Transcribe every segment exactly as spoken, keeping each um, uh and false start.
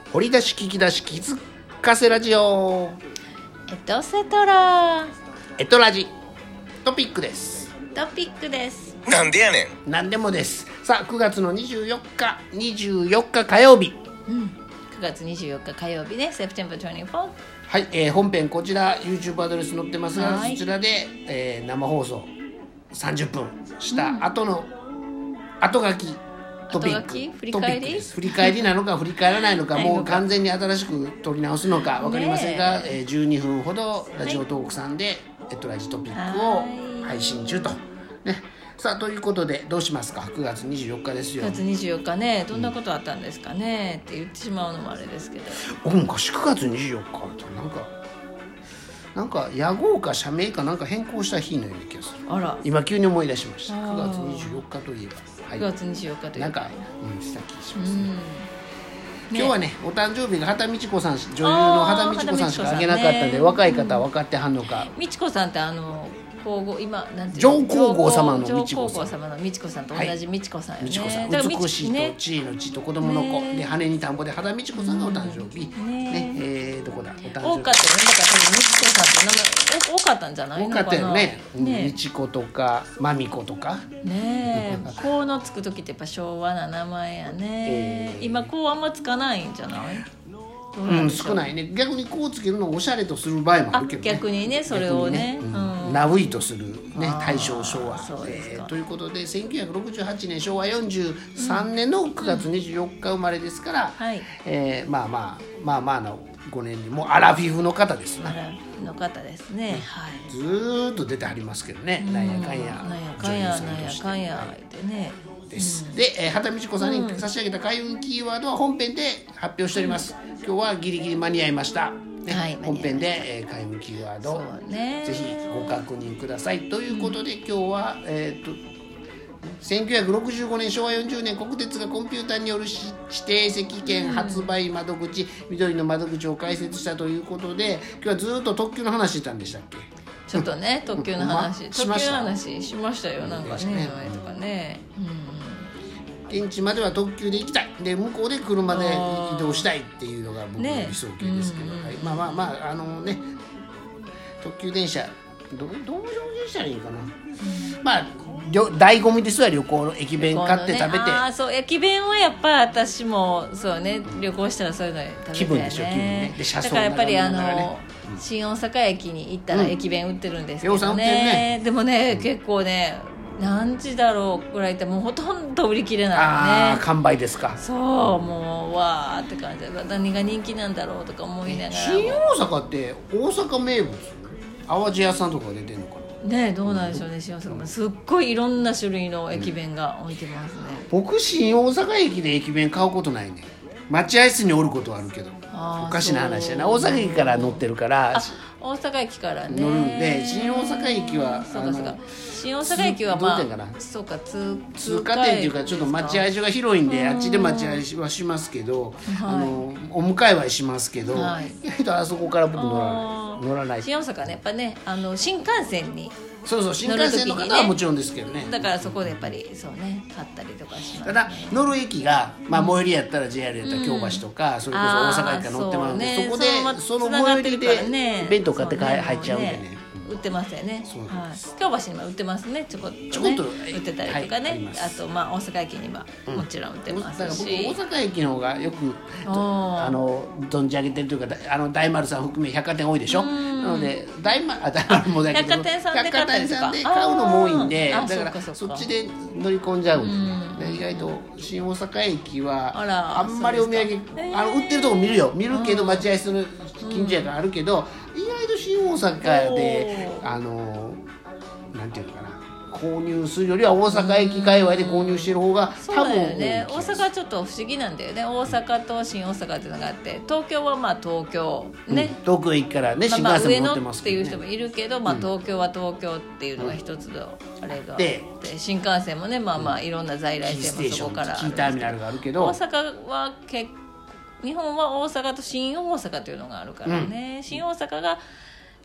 掘り出し聞き出し気づかせラジオエトセトラエトラジトピックです。 トピックです。 なんでやねん。なんでもです。さあくがつのにじゅうよっかにじゅうよっか火曜日、 うん、くがつにじゅうよっか火曜日ね、セプテンバーにじゅうよっか。 はい、えー、本編こちら YouTube アドレス載ってますが、 はい、 そちらで、えー、生放送さんじゅっぷんした後の、うん、後書きトピック、 振り返り振り返りなのか振り返らないのかもう完全に新しく撮り直すのか分かりませんが、ねえー、じゅうにふんほどラジオトークさんで、はい、エトラジトピックを配信中と、ね、さあということでどうしますか。くがつにじゅうよっかですよ。 くがつにじゅうよっかね、どんなことあったんですかね、うん、って言ってしまうのもあれですけど、 僕昔くがつにじゅうよっかってなんかなんか屋号か社名かなんか変更した日のような気がする。 あら、 今急に思い出しました。くがつにじゅうよっかといえば、 はい、くがつにじゅうよっかといえばなんか、うん、した気がしますね。 うん今日はね、お誕生日が畑美智子さん、女優の畑美智子さんしかあげなかったんで、ね、若い方は分かってはんのか。 美智子さんってあの皇后今なんていう上皇后様の美智子さん、 上皇后様の美智子さんと同じ美智子さんよね。 美智子さん、美しいと地位の地と子供の子、ね、で羽に田んぼで畑美智子さんがお誕生日、ねねえー、どこだお誕生日多かったよね。だから多分美智子さんって名前多かったんじゃないのかな。 多かったよね。 ね美智子とかまみ子とかねえ、こうのつく時ってやっぱ昭和な名前やね、えー、今こうあんまつかないんじゃない。 うん、少ないね。逆にこうつけるのをおしゃれとする場合もあるけどね。 逆にね、それをね、 ナウイとするね、大正昭和、えー、ということでせんきゅうひゃくろくじゅうはちねんしょうわよんじゅうさんねんのくがつにじゅうよっか生まれですから、うん、はい、えー、まあまあまあまあのごねんにもうアラフィフの方ですね。 アラフィフの方ですね、はい、 ずーっと出てはりますけどね、うん、なんやかんやなんやかんやなんやかんやってね、 です、うん、で、えー、畑美智子さんに差し上げた開運キーワードは本編で発表しております、うん、今日はギリギリ間に合いました、ね、はい、本編で、えー、開運キーワード、ね、ぜひご確認くださいということで、うん、今日は、えー、とせんきゅうひゃくろくじゅうごねんしょうわよんじゅうねん国鉄がコンピューターによる指定席券発売窓口、うん、緑の窓口を開設したということで、今日はずっと特急の話してたんでしたっけ。 ちょっとね、特急の話、 ま、 特急の話しましたよ、なんかね、前とかね、 うん、現地までは特急で行きたいで、向こうで車で移動したいっていうのが僕の理想形ですけど、ね、はい、まあまあまああのね、特急電車ど, どう表現したらいいかな、うん、まあ醍醐味ですわ。旅行の駅弁買って食べて、ね、 あ、そう駅弁はやっぱ私もそうね、旅行したらそういうの食べたいね。気分でしょ、気分ね。で車窓だからやっぱりあの、うん、新大阪駅に行ったら駅弁売ってるんですけどね、うん、ねでもね、うん、結構ね何時だろうぐらいってもうほとんど売り切れないのね。 ああ、完売ですか。 そう、もうわーって感じで、何が人気なんだろうとか思いながら。 新大阪って大阪名物、淡路屋さんとか出てんのかなね、どうなんでしょうね、新大阪もすっごいいろんな種類の駅弁が置いてますね、 うん、僕新大阪駅で駅弁買うことないね。待合室におることはあるけど、おかしな話やな。大阪駅から乗ってるから、 あ、大阪駅からね乗るんで、新大阪駅はそうかそうか、新大阪駅はまあそうか、通通過点っていうかちょっと待合所が広いんで、あっちで待合はしますけど、はい、あのお迎えはしますけど、はい、意外とあそこから僕乗らない乗らない。 新大阪ね、やっぱね、あの新幹線にそうそう、新幹線の方はもちろんですけどね、 だからそこでやっぱりそうね、買ったりとかします、ね、 ただ乗る駅が、まあ、最寄りやったら ジェイアール やったら京橋とか、うん、それこそ大阪駅から乗ってもらうんで、 そ,、ね、そこでその最寄りで弁当買って入っちゃうんでね、 売ってますよね。 そうはい、京橋にも売ってますね、ちょこっと、ね、 ちょこっと売ってたりとかね、はい、あ, あとまあ大阪駅にはもちろん売ってますし、うん、 僕大阪駅の方がよくあの存じ上げてるというか、あの大丸さん含め百貨店多いでしょ。なので大丸あ大丸もだけど百貨店さんで買ったりとか、 百貨店さんで買うのも多いんで、だからそっちで乗り込んじゃうんですね。意外と新大阪駅はあんまりお土産あの売ってるとこ見るよ見るけど、待合室の近所やからあるけど、意外と新大阪であのなんていうのかな、購入するよりは大阪駅界隈で購入してる方が多分多い。そうだよね、 大阪はちょっと不思議なんだよね。大阪と新大阪っていうのがあって、東京はまあ東京ね、うん、 東京駅からね、新幹線も乗ってますけどね、 まあ、上野っていう人もいるけど、まあ、東京は東京っていうのが一つのあれが、うん、で新幹線もね、まあまあいろんな在来線もそこからあるんですけど、キーターミナルがあるけど、大阪は結日本は大阪と新大阪というのがあるからね、うん、新大阪が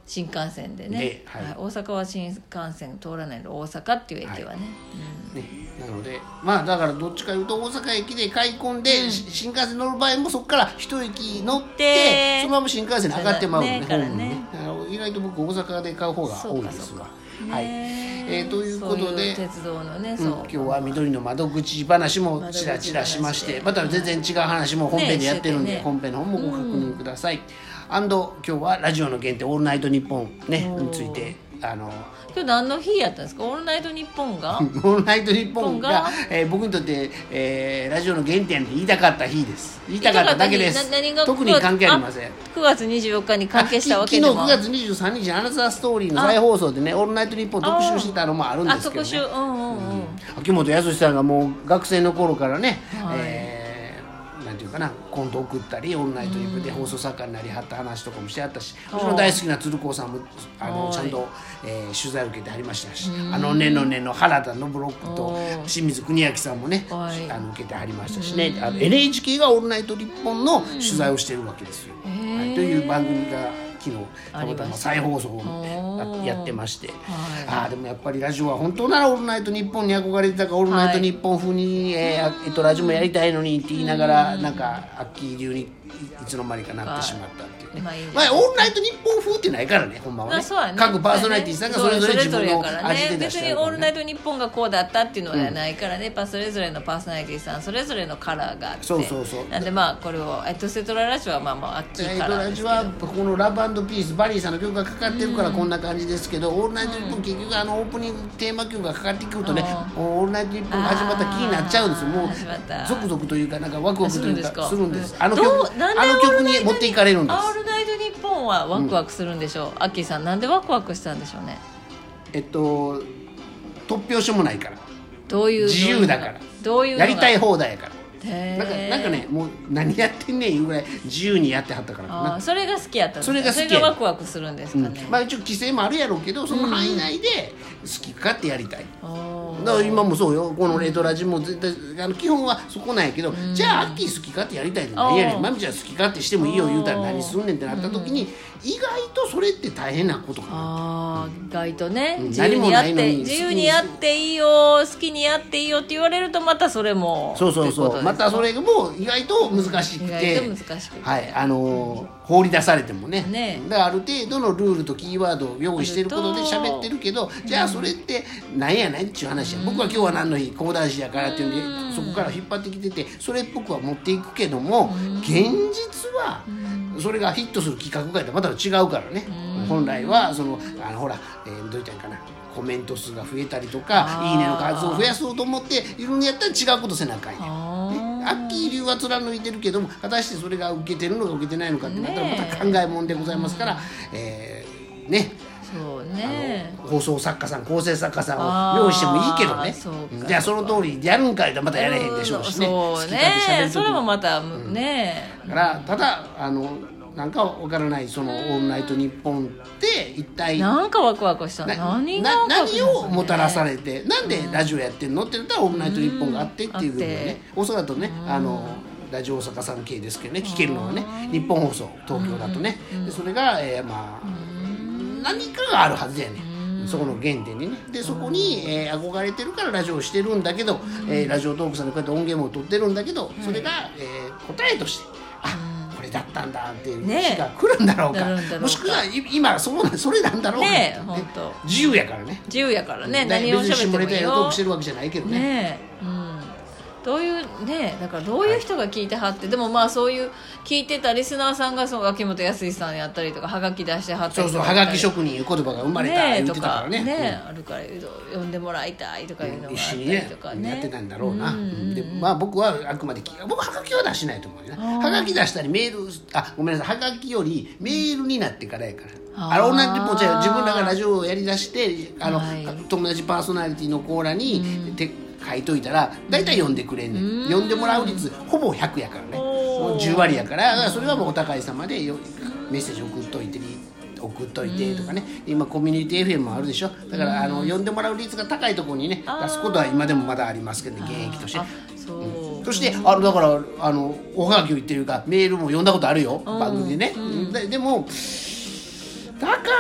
新幹線でね、はいはい、大阪は新幹線通らないの大阪っていう駅はね、はいうん、 ねなのでまあだからどっちかいうと大阪駅で買い込んで、うん、新幹線乗る場合もそこから一駅乗ってそのまま新幹線に上がってまうのねねからね意外と僕大阪で買う方が多いですわはい、えー、ということで鉄道のね、 うん、今日は緑の窓口話もチラチラしましてまた全然違う話も本編でやってるんで、ねね、本編の方もご確認ください、うん、アンド今日はラジオの原点オールナイトニッポン、ね、についてあの今日何の日やったんですかオールナイトニッポンがオールナイトニッポンが、えー、僕にとって、えー、ラジオの原点って言いたかった日です言いたかっただけです特に関係ありませんくがつにじゅうよっかに関係したわけでも昨日くがつにじゅうさんにちアナザーストーリーの再放送でねオールナイトニッポン特集してたのもあるんですけどねあ特集うんうんうん、うん、秋元康さんがもう学生の頃からね、はいえーなんていうかなコント送ったりオンライトニッポンで放送作家になりはった話とかもしてあったし私の大好きな鶴光さんもあのちゃんと、えー、取材を受けてありましたしあのねのねの原田のブロックと清水国明さんもねあの受けてありましたしねあの エヌエイチケー がオールナイトニッポンの取材をしてるわけですよ、はい、という番組が昨日たまたま再放送をやってまして、はい、あでもやっぱりラジオは本当ならオールナイトニッポンに憧れてたからオールナイトニッポン風に、はいえーえっと、ラジオもやりたいのにって言いながらなんかアッキー流にいつの間にかなってしまったっていうね、まあいいまあ、オールナイトニッポン風ってないからねほんまは ね, ね各パーソナリティさんがそれぞれ自分の味で出してるから、ね、別にオールナイトニッポンがこうだったっていうのではないからね、うん、やっぱそれぞれのパーソナリティさんそれぞれのカラーがあってそうそうそうなんでまあこれをエトセトララジオはまあまあアッキーカラーですけどエトラジオはこのラブ&ピースバリーさんの曲がかかってるからこんな感じですけど、うん、オールナイトニッポン結局あのオープニングテーマ曲がかかってくるとね、うん、オールナイトニッポンが始まった気になっちゃうんですよもうゾクゾクというかなんかワクワクというかするんですあの曲あの曲に持っていかれるんですオールナイトニッポンはワクワクするんでしょう、うん、アッキーさんなんでワクワクしたんでしょうねえっと突拍子もないからどういう自由だからどういうやりたい放題やからなんか, なんかねもう何やってんねんいうぐらい自由にやってはったからあそれが好きやったんですかそれが好きやそれがワクワクするんですかね、 うん、まあ一応規制もあるやろうけどその範囲内で好き勝手やりたい、うん、だから今もそうよこのレトラジも絶対あの基本はそこなんやけど、うん、じゃあアッキー好き勝手やりたいって何やねんマミちゃん好き勝手してもいいよ言うたら何すんねんってなった時に意外とそれって大変なことかなあ、うん、意外とね、うん、自由にやって自由にやっていいよ好きにやっていいよって言われるとまたそれもそうそうそうまたそれも意外と難しくて、 うん、意外と難しくてはいあのー、放り出されても ね, ねだからある程度のルールとキーワードを用意してることで喋ってるけどじゃあそれって何やねんっていう話や、うん、僕は今日は何の日講談師やからっていうんで、うん、そこから引っ張ってきててそれっぽくは持っていくけども、うん、現実はそれがヒットする企画がまた違うからね、うん、本来はそのあのほら、えー、どう言ったらいいかなコメント数が増えたりとかいいねの数を増やそうと思っているんやったら違うことせなあかんやんアッキー流は貫いてるけども果たしてそれが受けてるのか受けてないのかってなったらまた考えもんでございますから、ねえー、ねそうね放送作家さん構成作家さんを用意してもいいけどねじゃあその通りやるんかいとまたやれへんでしょうしねそうねそれもまたね、 うん、だからただあのなんか分からないそのオールナイトニッポンって一体なんかワクワクしたの何がワクワクしたの、ね、何をもたらされてなんでラジオやってんのって言ったらオールナイトニッポンがあってっていう部分でねおそらくねあのラジオ大阪さん系ですけどね聞けるのはね日本放送東京だとねでそれが、えー、まあ何かがあるはずやねそこの原点にねでそこに、えー、憧れてるからラジオをしてるんだけど、えー、ラジオトークさんでこうやって音源も取ってるんだけどそれが、えー、答えとしてあこれだったんだっていう日が来るんだろうか、ね、もしくは今そうなそれなんだろうか、ねね、自由やからね自由やからね何を喋ってもいいよ別に下ネタやトークしてるわけじゃないけどねねえ、うんどういうねだからどういう人が聞いてはって、はい、でもまあそういう聞いてたリスナーさんがその秋元康さんやったりとかはがき出してはったりとかそうそうはがき職人いう言葉が生まれた、ね、言ってたからねね、うん、あるから呼んでもらいたいとかいうのがあったりとかね、 ねやってたんだろうな、うんうん、でまあ僕はあくまで僕はがきは出しないと思うよなはがき出したりメールあごめんなさいはがきよりメールになってからやからあれ同じもじゃ自分らがラジオをやりだしてあの、はい、友達パーソナリティのコーラに、うん、て書いといたら大体読んでくれんねん、うん、読んでもらう率ほぼひゃくやからねもうじゅう割やからだからそれはもうお高い様でよメッセージ送っといて送っといてとかね、うん、今コミュニティ エフエム もあるでしょだからあの読んでもらう率が高いところにね出すことは今でもまだありますけどね現役としてそう、うん、そしてあのだからあのおはがきを言ってるかメールも読んだことあるよ番組でね、うん、で, でもだか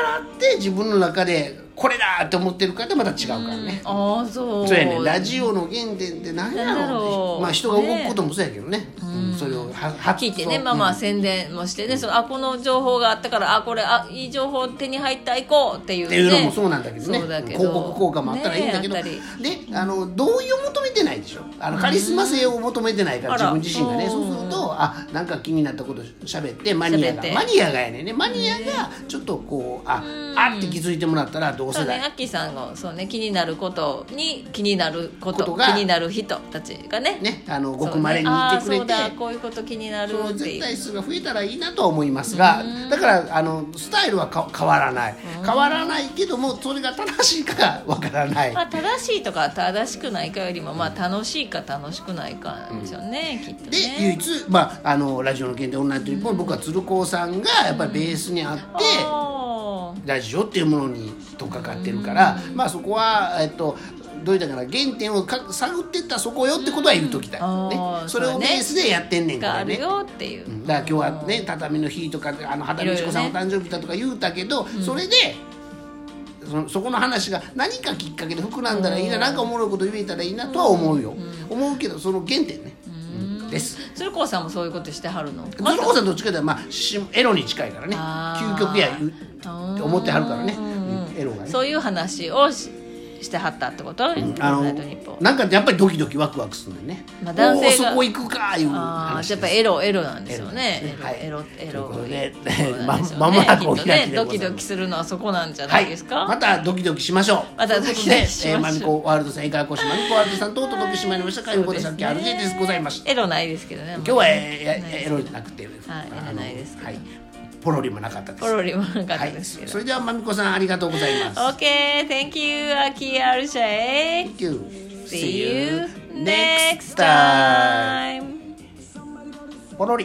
って自分の中でこれだって思ってるかってまた違うからね、 うん、ああそうそうやね。ラジオの原点って何やろう、ね、まあ人が動くこともそうやけどね、ね、うん、それをは聞いてね、まあまあ宣伝もしてね、うん、そのあこの情報があったからあこれあいい情報手に入った行こうっていう、ね、 っていうのもそうなんだけどね、広告効果もあったらいいんだけど、ね、であの同意を求めてないでしょ、あのカリスマ性を求めてないから、うん、自分自身がね、そうするとあなんか気になったこと喋ってマニアがマニアがやねんね、マニアがちょっとこうあ、うん、あって気づいてもらったら同世代、 アッキーさんのそうね気になることに気になることことが気になる人たちがねねあのごくまれにいてくれて、 ね、あそうだこういうこと気になるっていう絶対数が増えたらいいなとは思いますが、だからあのスタイルはか変わらない変わらないけどもそれが正しいかがわからない、 まあ、正しいとか正しくないかよりも、まあ、楽しいか楽しくないかなんでしょうね、うん、きっとね。 で唯一、まあ、あのラジオの件で女と日本、僕は鶴光さんがやっぱりベースにあって、うん、ラジオっていうものにとっかかってるから、まあそこはえっとどういったかな原点をか探ってったそこよってことは言うときたい、うんね、それをベースでやってんねんからね、 があるよっていう、 うん、だから今日はね畳の日とかあの畑美智子さんの誕生日だとか言うたけど、ね、それでその、そこの話が何かきっかけで膨らんだらいいな、なんかおもろいこと言えたらいいなとは思うよ、うん、思うけどその原点ね、うん、です鶴光さんもそういうことしてはるの？ 鶴光さんどっちかというと、まあ、エロに近いからね究極やって思ってはるからね、エロがねそういう話をししてはったってこと、うん、あのなんかやっぱりドキドキワクワクするんだよね、まあ、男性がそこ行くかいう話やっぱエロエロなんですよね、エロエロエロまもなくお開きでございます。 ドキドキするのはそこなんじゃないですか、 はい、またドキドキしましょう。 またドキドキしましょう。 マミコワールドさん英会話講師マミコワールドさんとお届けしてまいりました開運講座さっき アールジェー ですございました。 エロないですけどね、 今日はエロじゃなくて、はい、 エロないですけど、はいポロリもなかったです。 ポロリもなかったですけど、 はい、それではまみこさんありがとうございます。 OK thank you アキアルシャエ Thank you See you next time ポロリ